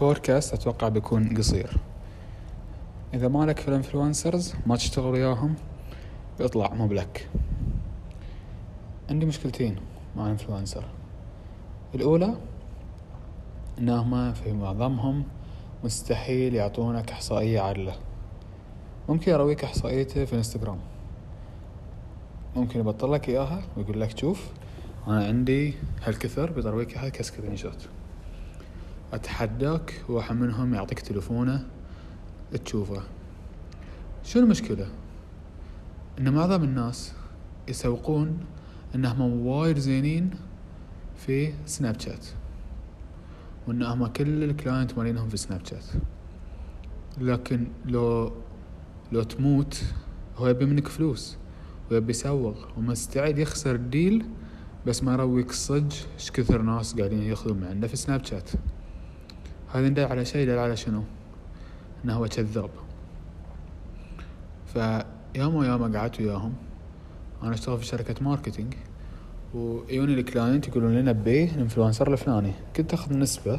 بودكاست أتوقع بيكون قصير. إذا مالك في الانفلونسرز ما تشتغل وياهم بيطلع مو بلك. عندي مشكلتين مع الانفلونسر. الأولى إنهم في معظمهم مستحيل يعطونك إحصائية عادلة. ممكن يرويك إحصائيته في الانستغرام، ممكن يبطل لك إياها ويقول لك شوف أنا عندي هالكثر، بيرويك إياها كسكرين شوت. أتحداك واحد منهم يعطيك تلفونه تشوفه. شو المشكلة؟ إن معظم الناس يسوقون إنهم وايد زينين في سناب شات، وإنهم كل الكلاينت مالينهم في سناب شات، لكن لو تموت هو يبي منك فلوس ويبي يسوق ومستعد يخسر الديل، بس ما يرويك صج ايش كثر ناس قاعدين ياخذون من عنده في سناب شات. هذا يدل على شيء، يدل على شنو؟ انه هو كذاب. فيوم قعدت وياهم، انا اشتغل في شركة ماركتينج، ويوني الكلاينت يقولون لنا الانفلونسر الفلاني، كنت اخذ نسبة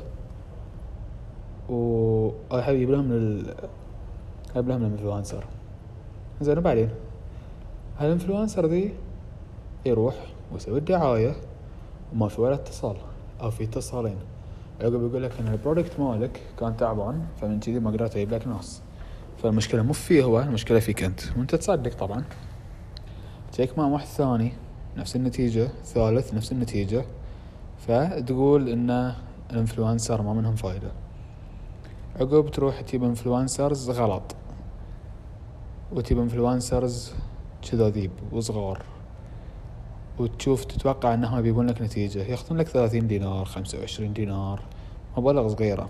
واحب يجيب لهم الانفلونسر. زين، وبعدين هالانفلونسر ذي يروح ويسوي الدعاية وما في ولا اتصال او في اتصالين، عقب يقول لك ان البرودكت مالك كان تعبان فمن كذي ما قدرت اجيب لك ناس. فالمشكلة مو فيه هو، المشكلة فيك انت، وانت تصدق طبعا. تشيك مع واحد ثاني نفس النتيجة، ثالث نفس النتيجة، فتقول ان الانفلونسر ما منهم فايدة. عقب تروح تجيب انفلونسرز غلط، وتجيب انفلونسرز كذاذيب وصغار، وتشوف تتوقع انهم بيبون لك نتيجة، ياخذون لك 30 دينار 25 دينار، مبالغ صغيرة.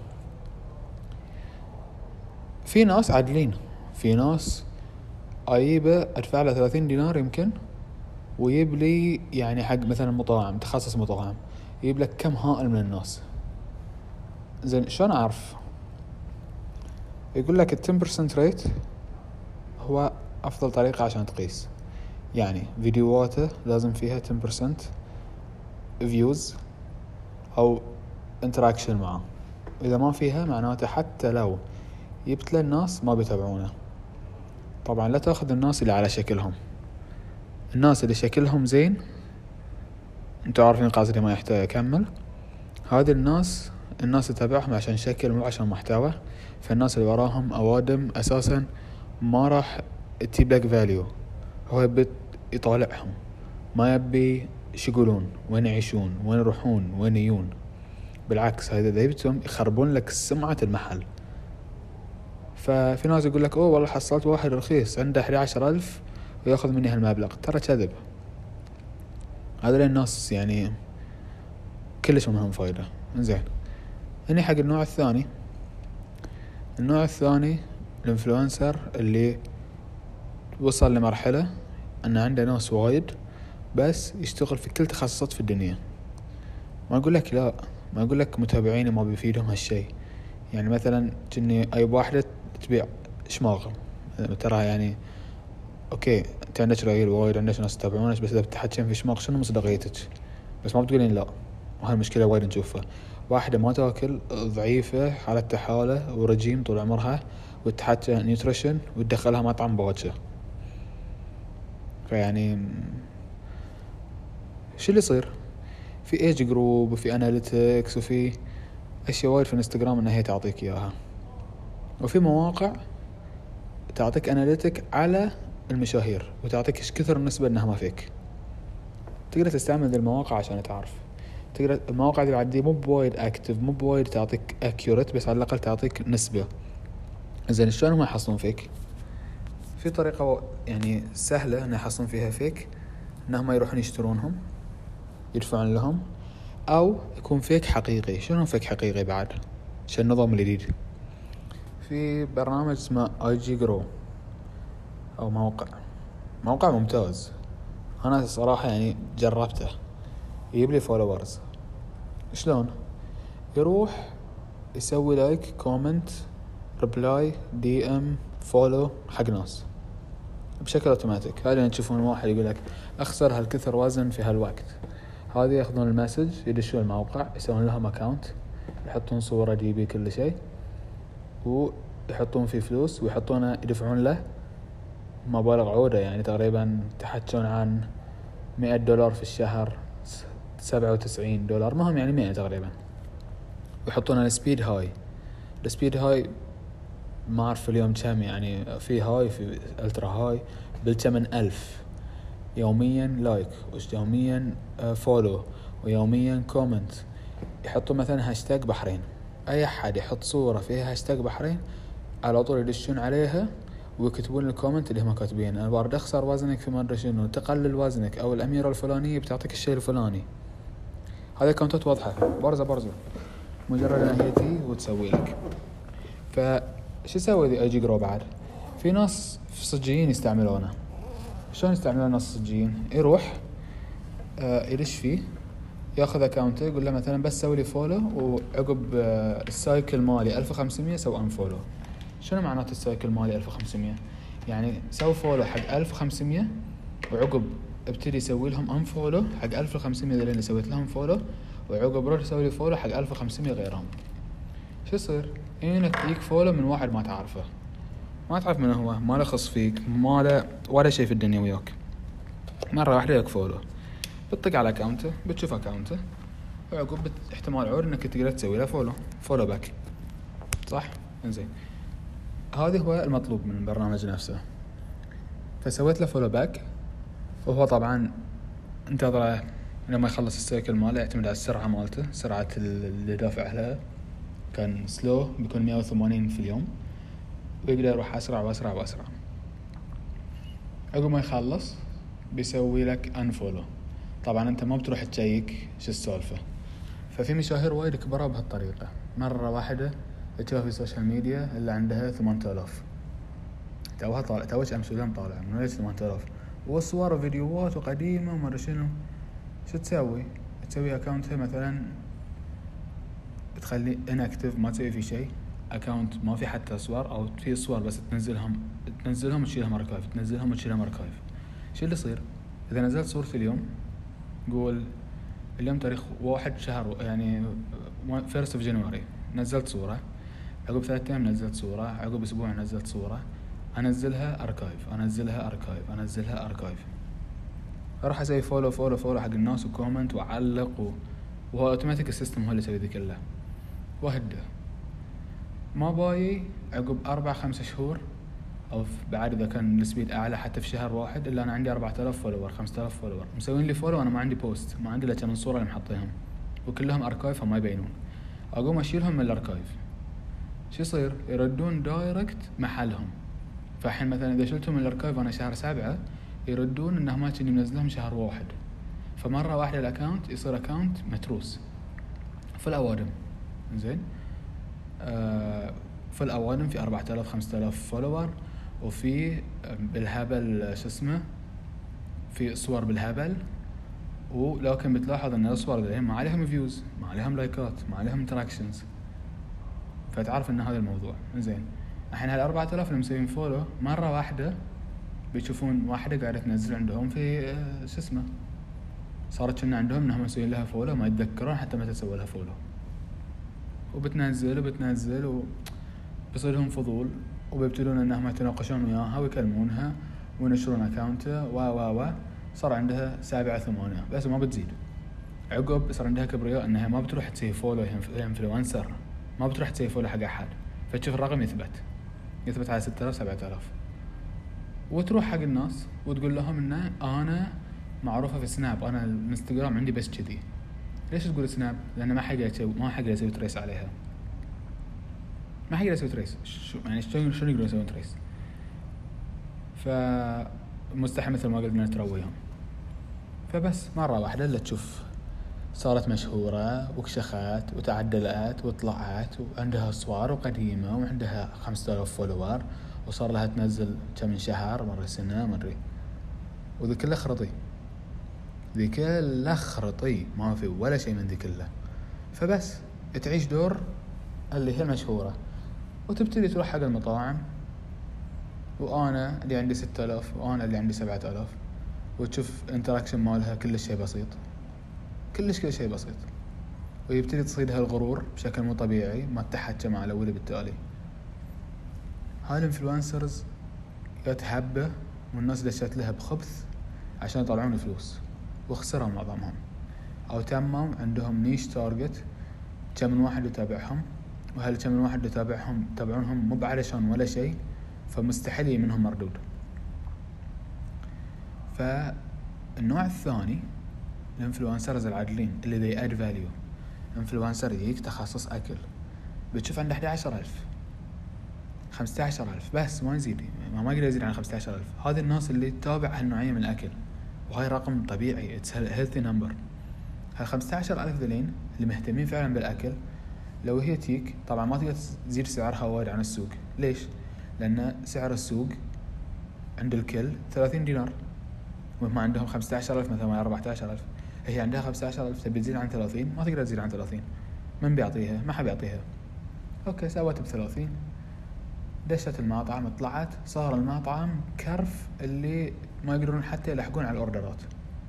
في ناس عادلين، في ناس اجيبه ادفع له 30 دينار يمكن ويجيب لي يعني حق مثلا مطاعم، تخصص مطاعم، يجيب لك كم هائل من الناس. زين، شلون اعرف؟ يقول لك 10% ريت هو افضل طريقة عشان تقيس، يعني فيديوهاته لازم فيها 10% فيوز او انتراكشن معه. اذا ما فيها معناته حتى لو جبت له الناس ما بيتابعونه. طبعا لا تاخذ الناس اللي على شكلهم، الناس اللي شكلهم زين انتوا عارفين قصدي، ما يحتاج اكمل. هذه الناس تتابعهم عشان شكل مو عشان محتوى. فالناس اللي وراهم اوادم اساسا ما راح تجيب لك فاليو. هو يبي يطالعهم، ما يبي ايش يقولون، وين يعيشون، وين يروحون، وين يجون. بالعكس، هذا ذيبتهم يخربون لك سمعة المحل. ففي ناس يقول لك اوه والله حصلت واحد رخيص عنده 11,000 وياخذ مني هالمبلغ، ترى كذب. هذول الناس يعني كلش منهم فايدة. انزين، هني حق النوع الثاني الانفلونسر اللي وصل لمرحلة ان عنده ناس وايد بس يشتغل في كل تخصصات في الدنيا. ما اقول لك لا، ما اقول لك متابعيني ما بيفيدهم هالشيء. يعني مثلا كني اي واحدة تبيع شماغ، ترى يعني اوكي انت عندك رأي وايد، عندك ناس يتابعونك، بس اذا بتحكين في شماغ شنو مصداقيتك؟ بس ما بتقولين لا. وهالمشكلة وايد نشوفها، واحدة ما تاكل، ضعيفة، حالتها حالة ورجيم طول عمرها، وتحكي نيوتريشن وتدخلها مطعم باكر. فيعني شو اللي يصير؟ في ايج جروب وفي اناليتكس وفي اشياء وايد في الانستغرام انها هي تعطيك اياها، وفي مواقع تعطيك اناليتك على المشاهير وتعطيك ايش كثر النسبة انها ما فيك. تقدر تستعمل ذي المواقع عشان تعرف. تقدر المواقع دي بعد مو بوايد اكتف، مو بوايد تعطيك اكيوريت، بس على الاقل تعطيك نسبة. زين، شلون هم يحصلون فيك؟ في طريقة يعني سهلة ان يحصلون فيها فيك، انهم يروحون يشترونهم يدفعون لهم، او يكون فيك حقيقي. شنو فيك حقيقي بعد؟ شو النظام الجديد؟ في برنامج اسمه IG Grow، او موقع ممتاز. انا الصراحة يعني جربته، يجيب لي فولورز. شلون؟ يروح يسوي لايك، كومنت، ريبلاي، DM، فولو حق ناس بشكل اوتوماتيك. هذا تشوفون واحد يقول لك اخسر هالكثر وزن في هالوقت، هذه ياخذون المسج، يدشون الموقع، يسوون لهم اكاونت، يحطون صورة دي كل شيء، ويحطون فيه فلوس ويحطونه يدفعون له مبالغ عودة، يعني تقريبا تحكون عن $100 في الشهر، $97 مهم يعني 100 تقريبا. ويحطون السبيد هاي. السبيد هاي ما أعرف اليوم كم، يعني في هاي في الترا هاي بالكمن 1000 يوميا لايك، ويوميا فولو، ويوميا كومنت. يحطوا مثلا هاشتاج بحرين، اي احد يحط صورة فيها هاشتاج بحرين على طول يدشون عليها ويكتبون الكومنت اللي هم كاتبين: انا بارد اخسر وزنك في ما ادري شنو، تقلل وزنك، او الاميرة الفلانية بتعطيك الشيء الفلاني. هذه كونتات واضحة برزة مجرد انها هي وتسوي لك. فش يسوي ذي اي جي جرو؟ بعد في ناس صجيين يستعملونه. شلون يستعملون الناس الصجيين؟ يروح يدش فيه، ياخذ اكاونته، يقول له مثلا بس سوي لي فولو، وعقب السايكل مالي 1500 سو ان فولو. شنو معناته السايكل مالي 1500؟ يعني سوي فولو حق 1500، وعقب ابتدي يسوي لهم ان فولو حق 1500 ذي اللي سويت لهم فولو، وعقب روح سوي لي فولو حق 1500 غيرهم. شو يصير؟ انك يجيك فولو من واحد ما تعرفه، ما تعرف من هو، ما له خص فيك، ما له ولا شيء في الدنيا وياك، مرة واحدة يك فولو، بتطق على اكاونته، بتشوف اكاونته، وعقب احتمال عور انك تقدر تسوي له فولو باك، صح؟ انزين، هذا هو المطلوب من البرنامج نفسه. فسويت له فولو باك، وهو طبعا انتظره لما يخلص السايكل ماله، يعتمد على السرعة مالته، سرعة اللي دافع لها كان سلو بيكون 180 في اليوم، ويقدر يروح أسرع وأسرع وأسرع. عقب ما يخلص بيسوي لك unfollow. طبعا أنت ما بتروح تشيك شو السالفة. ففي مشاهير وايد كبروا بهالطريقة، مرة واحدة تشوف في السوشيال ميديا اللي عندها 8000 توش أمس اليوم طالع من ليش 8000 وصور وفيديوهات وقديمة وما شنو. شو تسوي أكاونتها مثلا تخلي inactive، ما تسوي فيه شيء، أكاونت ما في حتى صور، أو في صور بس تنزلهم وتشيلهم أركايف، تنزلهم وتشيلهم أركايف. شو اللي يصير إذا نزلت صورتي اليوم؟ قول اليوم تاريخ 1 شهر، يعني 1 جنواري، نزلت صورة، عقب 3 أيام نزلت صورة، عقب أسبوع نزلت صورة، أنزلها أركايف. أروح أسوي فولو حق الناس وكومنت وأعلق وهو أوتوماتيك السيستم هو اللي يسوي ذي كله. وهده ما باي عقب 4-5 شهور، أو بعد إذا كان السبيد أعلى حتى في شهر واحد، إلا أنا عندي 4000 فولور 5000 فولور مسوين لي فولو، أنا ما عندي بوست، ما عندي إلا من صورة اللي محطيهم، وكلهم أركايف وما يبينون. أقوم أشيلهم من الأركايف، شو يصير؟ يردون دايركت محلهم. فالحين مثلا إذا شلتهم من الأركايف أنا شهر 7، يردون إنه ما كني منزلهم شهر 1، فمرة واحدة الأكاونت يصير أكاونت متروس في الأوادم. زين، في الأوادم في 4000-5000 فولور، وفي بالهبل شو اسمه، في صور بالهبل. ولكن بتلاحظ ان الصور ذي ما عليهم فيوز، ما عليهم لايكات، ما عليهم انتراكشنز، فتعرف ان هذا الموضوع. زين، الحين هال 4000 اللي مسوين فولو مرة واحدة بيشوفون واحدة قاعدة تنزل عندهم في شو اسمه، صارت كنا عندهم انهم مسوين لها فولو ما يتذكرون حتى متى سووا لها فولو، وبتنزل بيصير لهم فضول، وبيبتدون انهم يتناقشون وياها ويكلمونها وينشرون اكاونته صار عندها 7-8 بس ما بتزيد. عقب صار عندها كبرياء انها ما بتروح تسوي فولو، هي انفلونسر، ما بتروح تسوي فولو حق احد، فتشوف الرقم يثبت على 6000-7000، وتروح حق الناس وتقول لهم ان انا معروفة في سناب، انا الانستغرام عندي بس كذي. ليش تقول سناب؟ لان ما حد يسوي تريس عليها، ما حد يسوي تريس. يعني شلون يقدرون يسوون تريس؟ فمستحيل مثل ما قلنا نترويهم. فبس مرة واحدة اللي تشوف صارت مشهورة وكشخات وتعدلات وطلعت وعندها صور وقديمة وعندها 5000 فولوور، وصار لها تنزل كم شهر، مرة سنة، مرة، وذي كله خرطي، ما في ولا شيء من ذي كله. فبس تعيش دور اللي هي المشهورة، وتبتدي تروح حق المطاعم، وأنا اللي عندي 6000 وأنا اللي عندي 7000، وتشوف انتراكشن مالها كل شيء بسيط. ويبتدي تصيد هالغرور بشكل مو طبيعي، ما تحكى مع الأولي. بالتالي هاي الانفلونسرز يتحبه والناس دشت لها بخبث عشان يطلعون فلوس، وخسروا معظمهم، أو تموا عندهم نيش تارجت كم من واحد يتابعهم، وهل كم من واحد يتابعونهم مو بعلشان ولا شيء، فمستحيل منهم مردود. فالنوع الثاني الانفلونسرز العادلين اللي they add value. انفلونسر يجيك تخصص أكل، بتشوف عنده 11,000 15,000 بس، ما يزيد، ما يقدر يزيد عن 15,000. هذه الناس اللي تتابع هالنوعية من الأكل، وهاي رقم طبيعي، it's a healthy number. هال 15,000 ذلين اللي مهتمين فعلا بالأكل، لو هي تيك طبعا ما تقدر تزيد سعرها وايد عن السوق. ليش؟ لأن سعر السوق عند الكل 30 دينار، وهم عندهم 15,000 مثلا 14,000. هي عندها 15,000 تبي تزيد عن 30، ما تقدر تزيد عن 30. من بيعطيها؟ ما حد بيعطيها. اوكي سوت ب30، دشت المطعم، طلعت صار المطعم كرف اللي ما يقدرون حتى يلحقون على الأوردرات.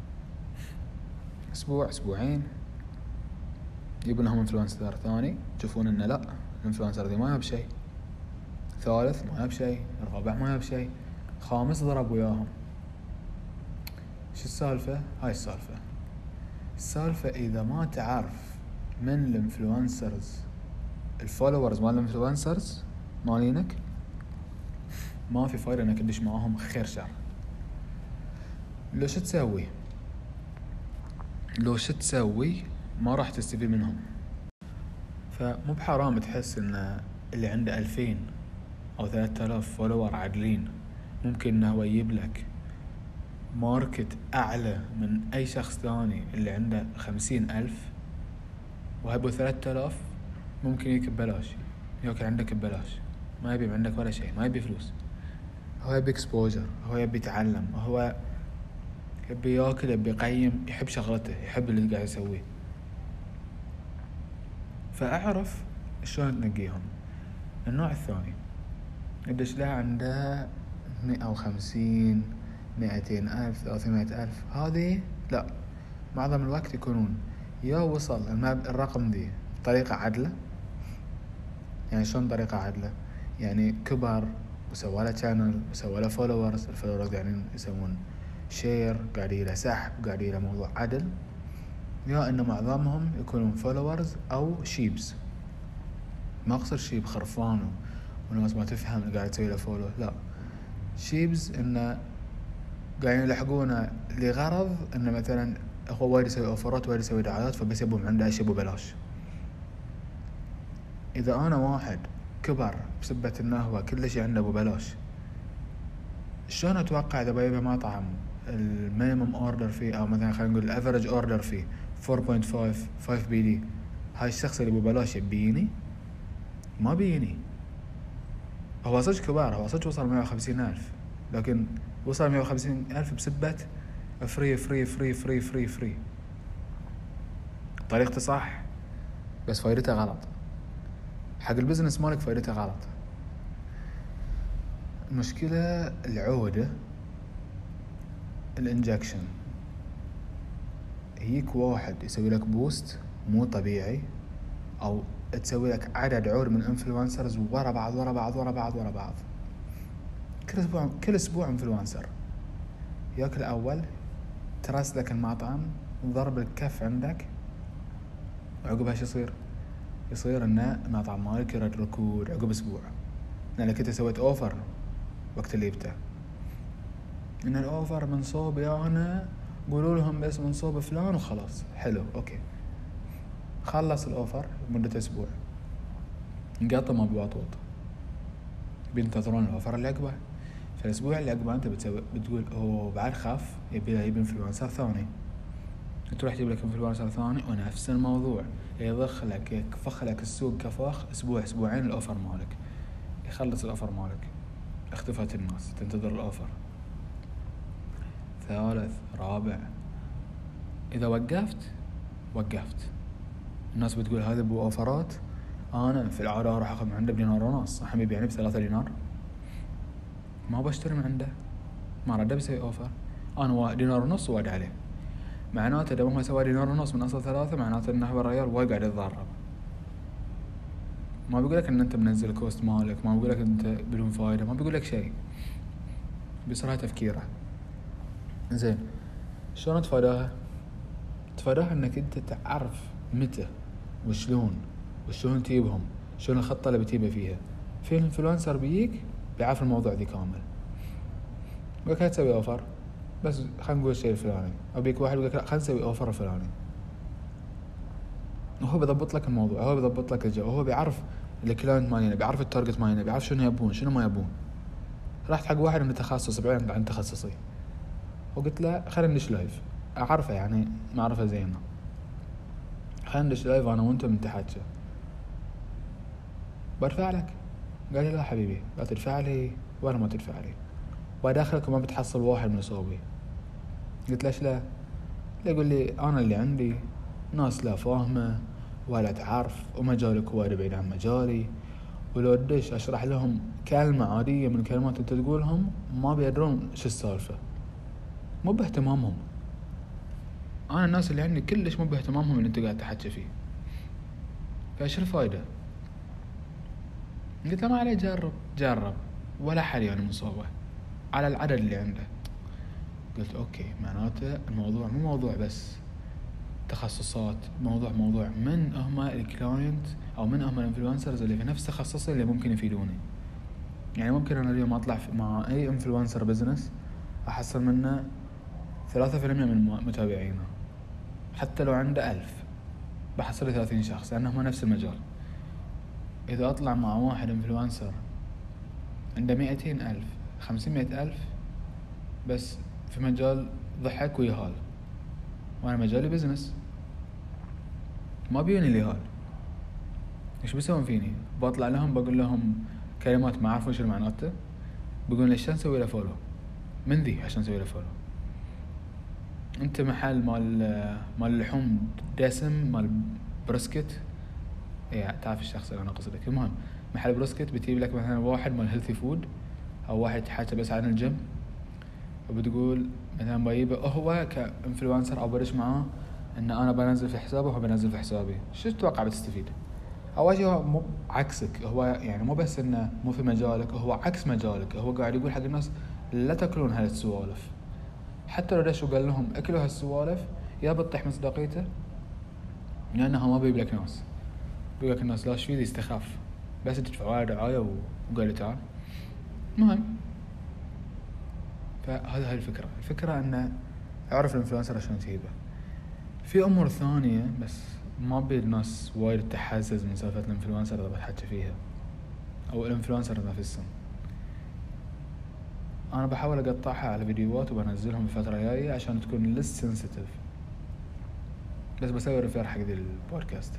أسبوع أسبوعين يجيبون لهم انفلونسر ثاني، تشوفون إنه لا، الانفلونسر ذي ما يب شيء، ثالث ما يب شيء، الرابع ما يب شيء، خامس ضرب وياهم. شو السالفة؟ هاي السالفة إذا ما تعرف من الانفلونسرز الفولورز مال الانفلونسرز مالينك، ما في فايدة انك تدش معاهم خير شر. لو شو تسوي ما راح تستفيد منهم. فمو بحرام تحس ان اللي عنده 2000 او 3000 فولور عادلين ممكن انه هو يجيب لك ماركت اعلى من اي شخص ثاني اللي عنده 50,000، وهبو 3000 ممكن يجيك ببلاش، ياكل عندك ببلاش، ما يبي عندك ولا شيء، ما يبي فلوس. هو يبي اكسبوجر، هو يبي يتعلم، هو يبي ياكل، يبي يقيم، يحب شغلته، يحب اللي قاعد يسويه. فأعرف شلون تنقيهم. النوع الثاني يدش له عنده 150 200,000 300,000، هذه لا، معظم الوقت يكونون يا وصل الرقم دي بطريقة عدلة. يعني شلون طريقة عدلة؟ يعني كبر وسوى له channel وسوى له followers، الفولورز يعني يسوون شير، قاعد يله سحب، قاعد يله موضوع عدل. يا إنه معظمهم يكونون followers أو شيبس. ما أقصر شيب خرفان وناس ما تفهم قاعد تسوي له فولو، لا، شيبس إنه قاعدين يلحقونه لغرض إنه مثلا هو وايد يسوي أوفرات، وايد يسوي دعايات، فبس يبون عنده أشياء ببلاش. إذا أنا واحد كبر بسبة إنه هو كل شيء عنده ببلاش، شلون أتوقع إذا بيبي مطعم المينيمم أوردر فيه، أو مثلا خلينا نقول الأفرج أوردر فيه 4.5 BD، هاي الشخص اللي ببلاش يبيني؟ ما بيني. هو صدق كبار، هو صدق وصل 150,000، لكن وصل 150,000 بسبة فري. طريقته صح بس فايدته غلط. حق البزنس مالك فايدته غلط. المشكلة العودة، الانجكشن. هيك واحد يسوي لك بوست مو طبيعي، او تسوي لك عدد عود من انفلونسرز ورا بعض كل اسبوع انفلونسر ياكل اول، ترس لك المطعم، ضرب الكف عندك، وعقبها شو يصير انه المطعم مالك يرد ركود عقب اسبوع، لانك انت سويت اوفر وقت اللي يبته. ان الاوفر من صوبي انا، قولوا لهم بس من صوب فلان وخلاص. حلو اوكي، خلص الاوفر مدة اسبوع، انقطم بواطوط، بينتظرون الاوفر اللي عقبه. في الاسبوع اللي عقبه انت بتقول اوه بعد خاف يبي انفلونسر ثاني، تروح تجيب لك انفلونسر ثاني ونفس الموضوع، يضخ لك يفخ لك السوق كفاخ. اسبوع اسبوعين الاوفر مالك يخلص، الاوفر مالك اختفت الناس تنتظر الاوفر. ثالث رابع، اذا وقفت الناس بتقول هذا ابو اوفرات، انا في العاده راح اخذ من عنده ب1.5 دينار، حبيبي يعني ب3 دينار، ما بشتري من عنده، ما رده بسوي اوفر، انا 1.5 دينار واد عليه. معناته إذا هو سوى دينار ونص من أصل 3 معناته إنه هو الريال وايد قاعد يتضرر. ما بيقولك إن أنت منزل كوست مالك، ما بيقولك أنت بدون فايدة، ما بيقولك شيء، بصراحة تفكيره. زين شلون تفاداها؟ تفاداها إنك أنت تعرف متى وشلون تجيبهم، شلون الخطة اللي بتجيبها فيها. في الانفلونسر بيجيك بيعرف الموضوع ذي كامل، يقولك لا تسوي اوفر بس خلينا نقول الشيء الفلاني، او بيك واحد يقولك لا خلينا نسوي اوفر الفلاني، وهو بيضبط لك الموضوع، هو بيضبط لك الجو، هو بيعرف الكلاينت مالينا، بيعرف التارجت مالينا، بيعرف شنو يبون شنو ما يبون. رحت حق واحد من تخصص بعيد عن تخصصي وقلت له خلينا ندش لايف، اعرفه يعني معرفه زينه، خلينا ندش لايف انا وانت نتحاكى، برفع لك. قال لي لا حبيبي لا تدفع لي ولا ما تدفع لي، وداخلك وما بتحصل واحد من صوبي. قلت ليش لا؟ يقول لي انا اللي عندي ناس لا فاهمه ولا تعرف ومجالك وايد بعيد عن مجالي، ولو ادش اشرح لهم كلمه عاديه من كلمات انت تقولهم ما بيدرون شو السالفه، مو باهتمامهم. انا الناس اللي عندي كلش مو باهتمامهم اللي انت قاعد تحكي فيه، فايش الفايده؟ قلت له ما عليه، جرب ولا حد يعني مصابه على العدد اللي عنده. قلت اوكي معناته الموضوع مو موضوع بس تخصصات، موضوع من هم الكلاينت او من هم الانفلونسرز اللي في نفس تخصصي اللي ممكن يفيدوني. يعني ممكن انا اليوم اطلع مع اي انفلونسر بزنس احصل منه 3% من متابعينه، حتى لو عنده 1000 بحصل 30 شخص لانهم نفس المجال. اذا اطلع مع واحد انفلونسر عنده 200,000 500,000 بس في مجال ضحك ويهال، وانا مجالي بزنس ما بيوني ليهال، ايش بيسوون فيني؟ بطلع لهم بقول لهم كلمات ما عارفون شو معناته، بيقولون ليش نسوي له فولو من ذي عشان نسوي له فولو. انت محل مال لحوم دسم مال برسكت، يعني تعرف الشخص اللي انا قصدك. المهم محل برسكت بتجيب لك مثلا واحد مال هيلثي فود او واحد حاجه بس عن الجيم، وبتقول مثلا بجيبه هو كانفلونسر او برش معاه ان انا بنزل في حسابه وهو بنزل في حسابي، شو تتوقع بتستفيد؟ اول شيء هو مو عكسك، هو يعني مو بس انه مو في مجالك، هو عكس مجالك، هو قاعد يقول حق الناس لا تاكلون هالسوالف. حتى لو دش وقال لهم اكلوا هالسوالف يا بتطيح مصداقيته، لانه ما بيجيب لك ناس، بيقول لك الناس لا شفيد يستخاف بس تدفع وايد دعايه وقال لي تعال. المهم فهذا هاي الفكره انه اعرف الانفلونسر عشان تجيبه. في امور ثانيه بس ما بي الناس وايد تحزز من سالفه الانفلونسر اذا بتحكي فيها او الانفلونسر نفسهم. انا بحاول اقطعها على فيديوهات وبنزلهم الفتره الجايه عشان تكون لس سنسيتيف، بس بسوي ريفير حق ذي البودكاست.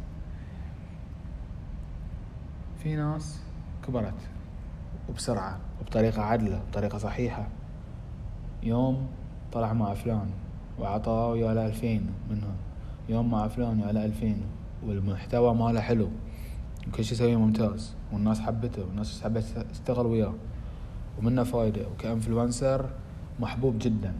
في ناس كبرت وبسرعه وبطريقه عدله وبطريقه صحيحه، يوم طلع مع فلان وعطاه يا 2000 منهم، يوم مع فلان يا 2000 والمحتوى ماله حلو وكل شيء يسويه ممتاز والناس حبته والناس حبت تشتغل وياه ومنه فايدة، وكأنفلونسر محبوب جدا،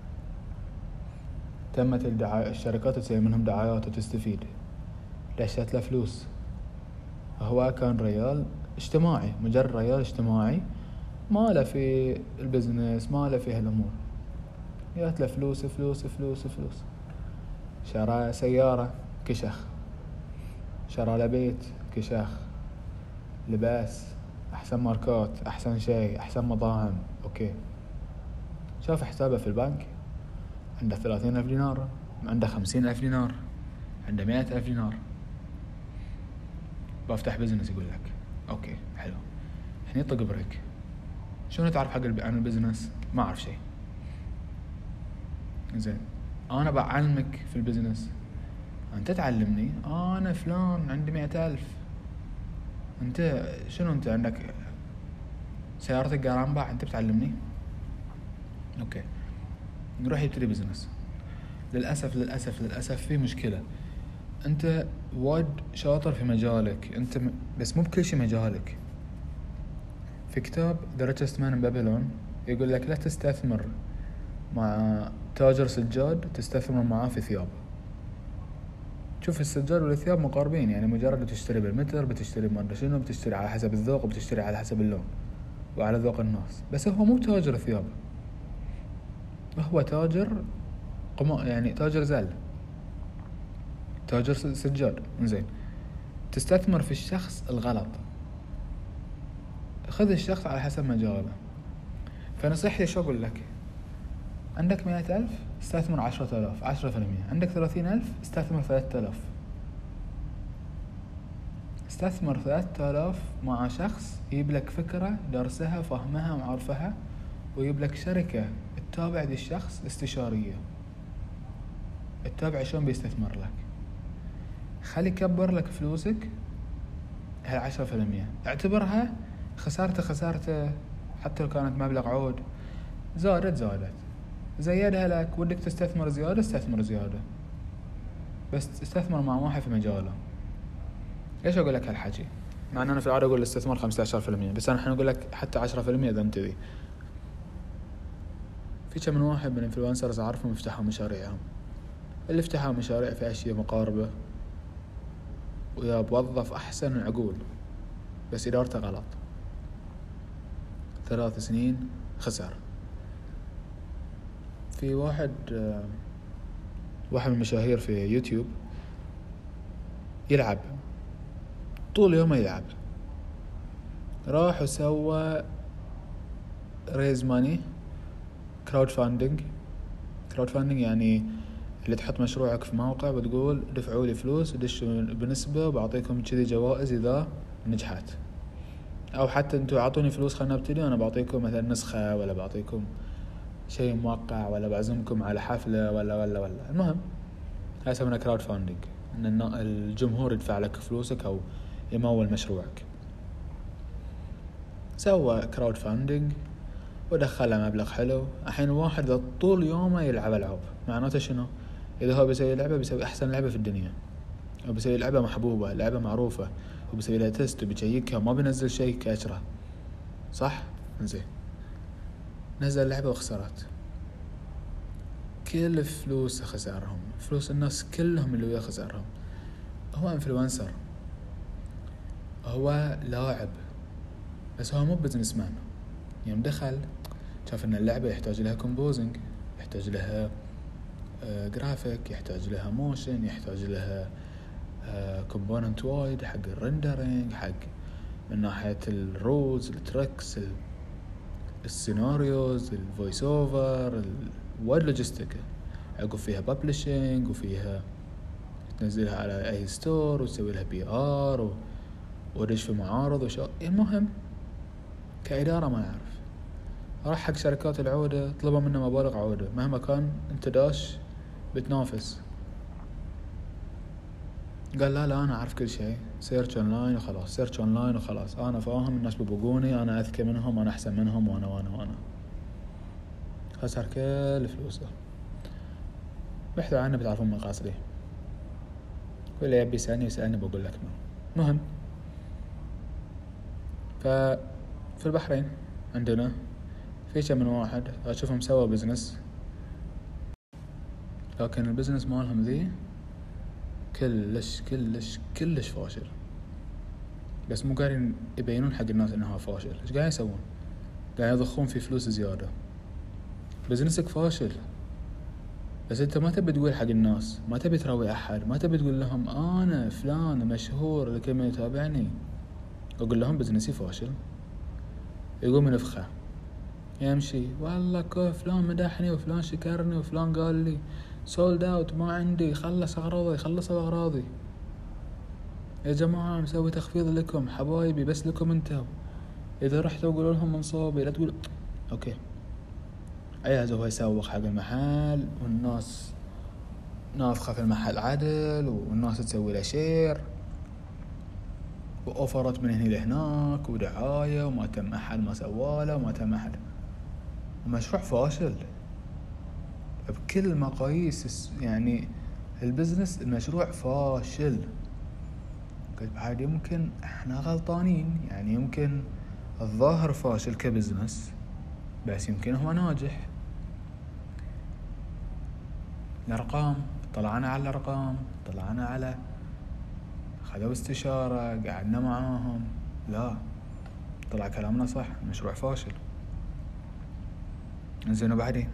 تمت الشركات تسوي منهم دعايات وتستفيد، دشت له فلوس. هو كان ريال اجتماعي، مجرد ريال اجتماعي ما له في البزنس، ما له في هالأمور، جات له فلوس فلوس فلوس فلوس. شرى سيارة كشخ، شرى له بيت كشخ، لباس أحسن ماركات، أحسن شيء، أحسن مطاعم. أوكي شاف حسابه في البنك عنده 30,000 دينار، عنده 50,000 دينار، عنده 100,000 دينار، بفتح بزنس. يقول لك أوكي حلو، هني طق بريك. شو تعرف حق عن البزنس؟ ما أعرف شيء. زين أنا بعلمك في البزنس، أنت تعلمني. أنا فلان عندي 100,000، أنت شنو؟ أنت عندك سيارتك قرامبة، أنت بتعلمني؟ أوكي نروح يبتدي بزنس. للأسف في مشكلة، أنت وايد شاطر في مجالك أنت بس مو بكل شيء مجالك. في كتاب The Richest Man in Babylon يقول لك لا تستثمر مع تاجر سجاد تستثمر معاه في ثياب. شوف السجاد والثياب مقاربين، يعني مجرد تشتري بالمتر، بتشتري ما أدري شنو، بتشتري على حسب الذوق، وبتشتري على حسب اللون وعلى ذوق الناس. بس هو مو تاجر ثياب، هو تاجر يعني تاجر زل، تاجر سجاد. زين، تستثمر في الشخص الغلط، خذ الشخص على حسب مجاله. فنصيحتي شو أقول لك؟ عندك 100,000 استثمر 10,000، 10%. عندك 30,000 استثمر 3,000. استثمر 3,000 مع شخص يجيب لك فكرة درسها فهمها وعارفها، ويجيب لك شركة تتابع ذي الشخص استشارية، تتابع شلون بيستثمر لك. خلي يكبر لك فلوسك هال10%، اعتبرها خسارته حتى لو كانت مبلغ عود، زادت زيادها لك. ودك تستثمر زيادة، استثمر زيادة، بس استثمر مع واحد في مجاله. ليش أقول لك هالحكي؟ مع أن أنا في العادة أقول الاستثمار 15%، بس أنا الحين أقول لك حتى 10% إذا أنت ذي. في كم من واحد من الانفلونسرز أعرفهم يفتحوا مشاريعهم، اللي فتحوا مشاريع في أشياء مقاربة، ويا بوظف أحسن العقول، بس إدارته غلط، 3 سنين خسر. في واحد من المشاهير في يوتيوب يلعب طول يومه، يلعب، راح وسوى ريز ماني، كراود فاندنج يعني اللي تحط مشروعك في موقع وتقول دفعوا لي فلوس ودش بنسبة وبعطيكم كذي جوائز إذا نجحت، أو حتى أنتوا عطوني فلوس خلنا نبتدي وأنا بعطيكم مثلا نسخة، ولا بعطيكم شيء موقع، ولا بعزمكم على حفلة، ولا المهم هاي يسمونها كراود فاندنج، إن الجمهور يدفع لك فلوسك أو يمول مشروعك. سوى كراود فاندنج ودخل مبلغ حلو. الحين واحد طول يومه يلعب ألعاب، معناته شنو؟ إذا هو بيسوي لعبة، بيسوي أحسن لعبة في الدنيا، أو بيسوي لعبة محبوبة، لعبة معروفة، وبيسوي لها تيست وبيشيكها، ما بينزل شيء كأشرة، صح؟ زين، نزل لعبة وخسرت، كل فلوس خسرهم، فلوس الناس كلهم اللي وياه خسرهم. هو انفلونسر، هو لاعب، بس هو مو بزنس مان. يوم دخل شاف ان اللعبة يحتاج لها كومبوزنج، يحتاج لها جرافيك، يحتاج لها موشن، يحتاج لها كومبوننت وايد حق الرندرينج، حق من ناحية الرولز، التريكس، السيناريوز، الفويس اوفر، وايد لوجيستيك. عقب فيها بابليشنج، وفيها تنزلها على اي ستور، وتسوي لها PR، ودش في معارض وشو. المهم كإدارة ما يعرف، راح حق شركات العودة طلبوا منه مبالغ عودة، مهما كان انت داش بتنافس. قال لا أنا أعرف كل شيء، سيرش أونلاين وخلاص، أنا فاهم، الناس بيبقوني، أنا أذكى منهم، أنا أحسن منهم، وأنا خسر كل فلوسه. بحثوا عنه بتعرفون مقاصدي، واللي يبي يسألني بقول لك مهم. ففي البحرين عندنا في كم من واحد أشوفهم سوى بزنس، لكن البزنس مالهم ذي كلش فاشل، بس مو قاعدين يبينون حق الناس انها فاشل. ايش قاعدين يسوون؟ قاعدين يضخون في فلوس زيادة. بزنسك فاشل، بس انت ما تبي تقول حق الناس، ما تبي تروي احد، ما تبي تقول لهم انا فلان مشهور لكل من يتابعني، اقول لهم بزنسي فاشل. يقوم ينفخه، يمشي والله فلان مدحني، وفلان شكرني، وفلان قال لي سولد اوت، ما عندي، خلص اغراضي. يا جماعة مسوي تخفيض لكم حبايبي، بس لكم انتم، اذا رحتوا قولوا لهم من صوبي، لا تقول اوكي. عايز هو يسوق حق المحل، والناس نافخة في المحل عدل، والناس تسوي له شير واوفرت من هنا لهناك، ودعاية، وما تم احد ما سواله، وما تم احد. مشروع فاشل بكل المقاييس، يعني البزنس المشروع فاشل. قلت بعد يمكن احنا غلطانين، يعني يمكن الظاهر فاشل كبزنس، بس يمكن هو ناجح. الأرقام، طلعنا على الأرقام، طلعنا على خذوا استشارة، قعدنا معاهم، لا طلع كلامنا صح، المشروع فاشل. زين وبعدين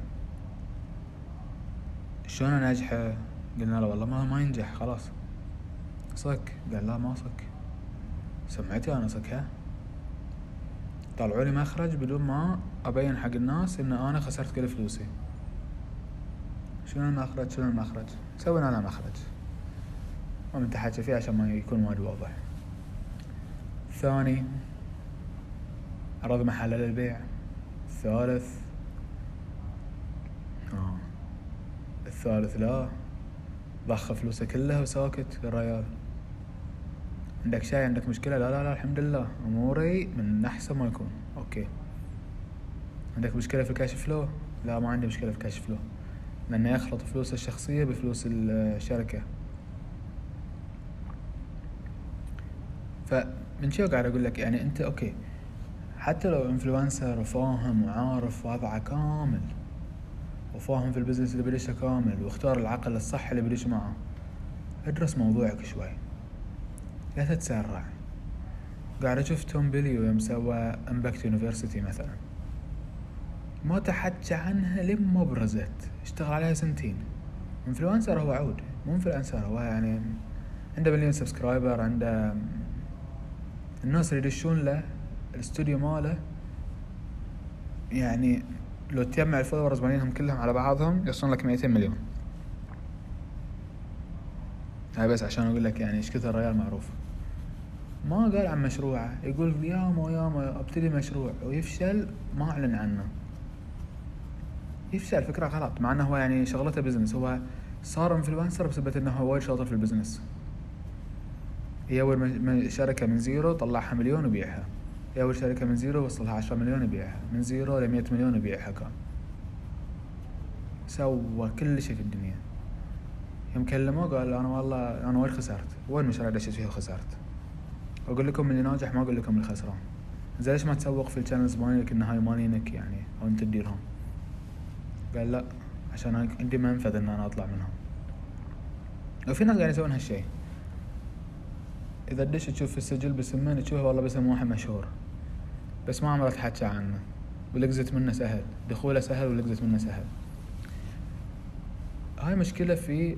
شلون نجحه؟ قلنا له والله ما ينجح خلاص. صك؟ قال لا ما صك. سمعتي انا صكها؟ طلعوا لي مخرج بدون ما ابين حق الناس ان انا خسرت كل فلوسي. شنو المخرج؟ سوينا لنا مخرج ما بنتحكى فيه عشان ما يكون وايد واضح. ثاني عرض محل للبيع. الثالث لا، ضخ فلوسه كلها وساكت الرجال. عندك شيء؟ عندك مشكلة؟ لا الحمد لله اموري من احسن ما يكون. اوكي. عندك مشكلة في الكاش فلو؟ لا ما عندي مشكلة في الكاش فلو، لانه يخلط فلوس الشخصية بفلوس الشركة. فمن شو قاعد اقول لك؟ يعني انت اوكي حتى لو انفلونسر وفاهم وعارف وضعه كامل وفاهم في البزنس اللي بديشه كامل واختار العقل الصح اللي بديش معه، ادرس موضوعك شوي، لا تتسرع. قاعد اشوف توم بيليو يوم سوى امباكت يونيفرسيتي مثلا، ما تحكى عنها لما برزت، اشتغل عليها 2 سنين. انفلونسر هو عود، مو انفلونسر هو يعني عنده 1,000,000 سبسكرايبر، عنده الناس اللي يدشون له الاستوديو ماله، يعني لو تجمع الفولورز بينهم كلهم على بعضهم يوصلون لك 200 مليون. هاي بس عشان اقول لك يعني ايش كثر الرجال معروف. ما قال عن مشروعه، يقول ياما ابتدي مشروع ويفشل، ما اعلن عنه، يفشل، فكرة غلط. مع انه هو يعني شغلته بزنس، هو صار انفلونسر بسبب انه هو وايد شاطر في البزنس. هي اول شركة من زيرو طلعها 1,000,000 وبيعها، هي اول شركة من زيرو وصلها 10 مليون وبيعها، من زيرو ل 100 مليون وبيعها. كان سوى كل شيء في الدنيا. يوم كلموه قال انا والله انا وايد خسرت، وين مشاريع دشيت فيها وخسرت، اقول لكم اللي ناجح ما اقول لكم اللي خسران. زين ليش ما تسوق في الشانلز مالك ان هاي مالينك يعني او انت تديرهم؟ قال لا عشان عندي منفذ ان انا اطلع منهم. وفي ناس قاعد يسوون هالشيء، اذا تدش تشوف في السجل باسمين تشوف والله باسم واحد مشهور بس ما عمره تحكى عنه، والاكزت منه سهل، دخوله سهل والاكزت منه سهل. هاي مشكلة في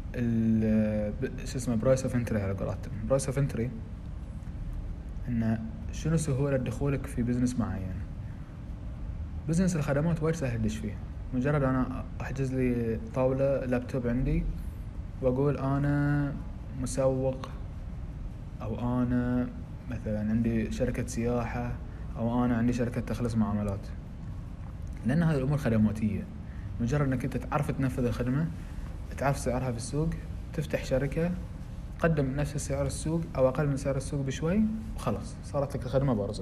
اسمه برايس اوف انتري على قولتهم. برايس اوف انتري انه شنو سهولة دخولك في بزنس معين. بزنس الخدمات وايد سهل تدش فيه، مجرد انا احجز لي طاولة لابتوب عندي واقول انا مسوق، او انا مثلا عندي شركة سياحة، او انا عندي شركة تخلص معاملات. لان هذه الامور خدماتية، مجرد انك انت تعرف تنفذ الخدمة، تعرف سعرها في السوق، تفتح شركة تقدم نفس سعر السوق او اقل من سعر السوق بشوي وخلاص صارت لك الخدمة بارزة.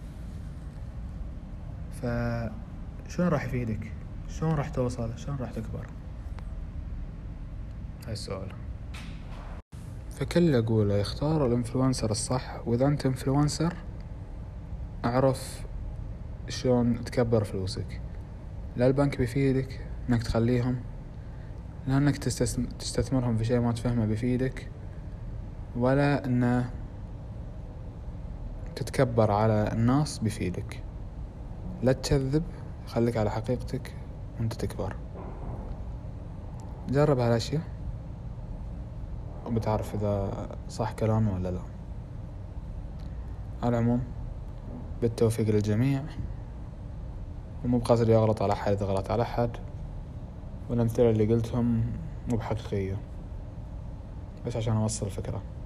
فشون راح يفيدك؟ شلون راح توصل؟ شلون راح تكبر؟ هاي السؤال. فكل اقوله يختار الانفلونسر الصح، واذا انت انفلونسر اعرف شلون تكبر فلوسك. لا البنك بيفيدك انك تخليهم، لا انك تستثمرهم في شيء ما تفهمه بيفيدك، ولا انه تتكبر على الناس بيفيدك. لا تكذب، خليك على حقيقتك وانت تكبر. جرب هالاشياء وبتعرف اذا صح كلامي ولا لا. على العموم بالتوفيق للجميع، ومو بقصدي اغلط على حد، غلط على حد، والامثله اللي قلتهم مو بحقيقيه، بس عشان اوصل الفكره.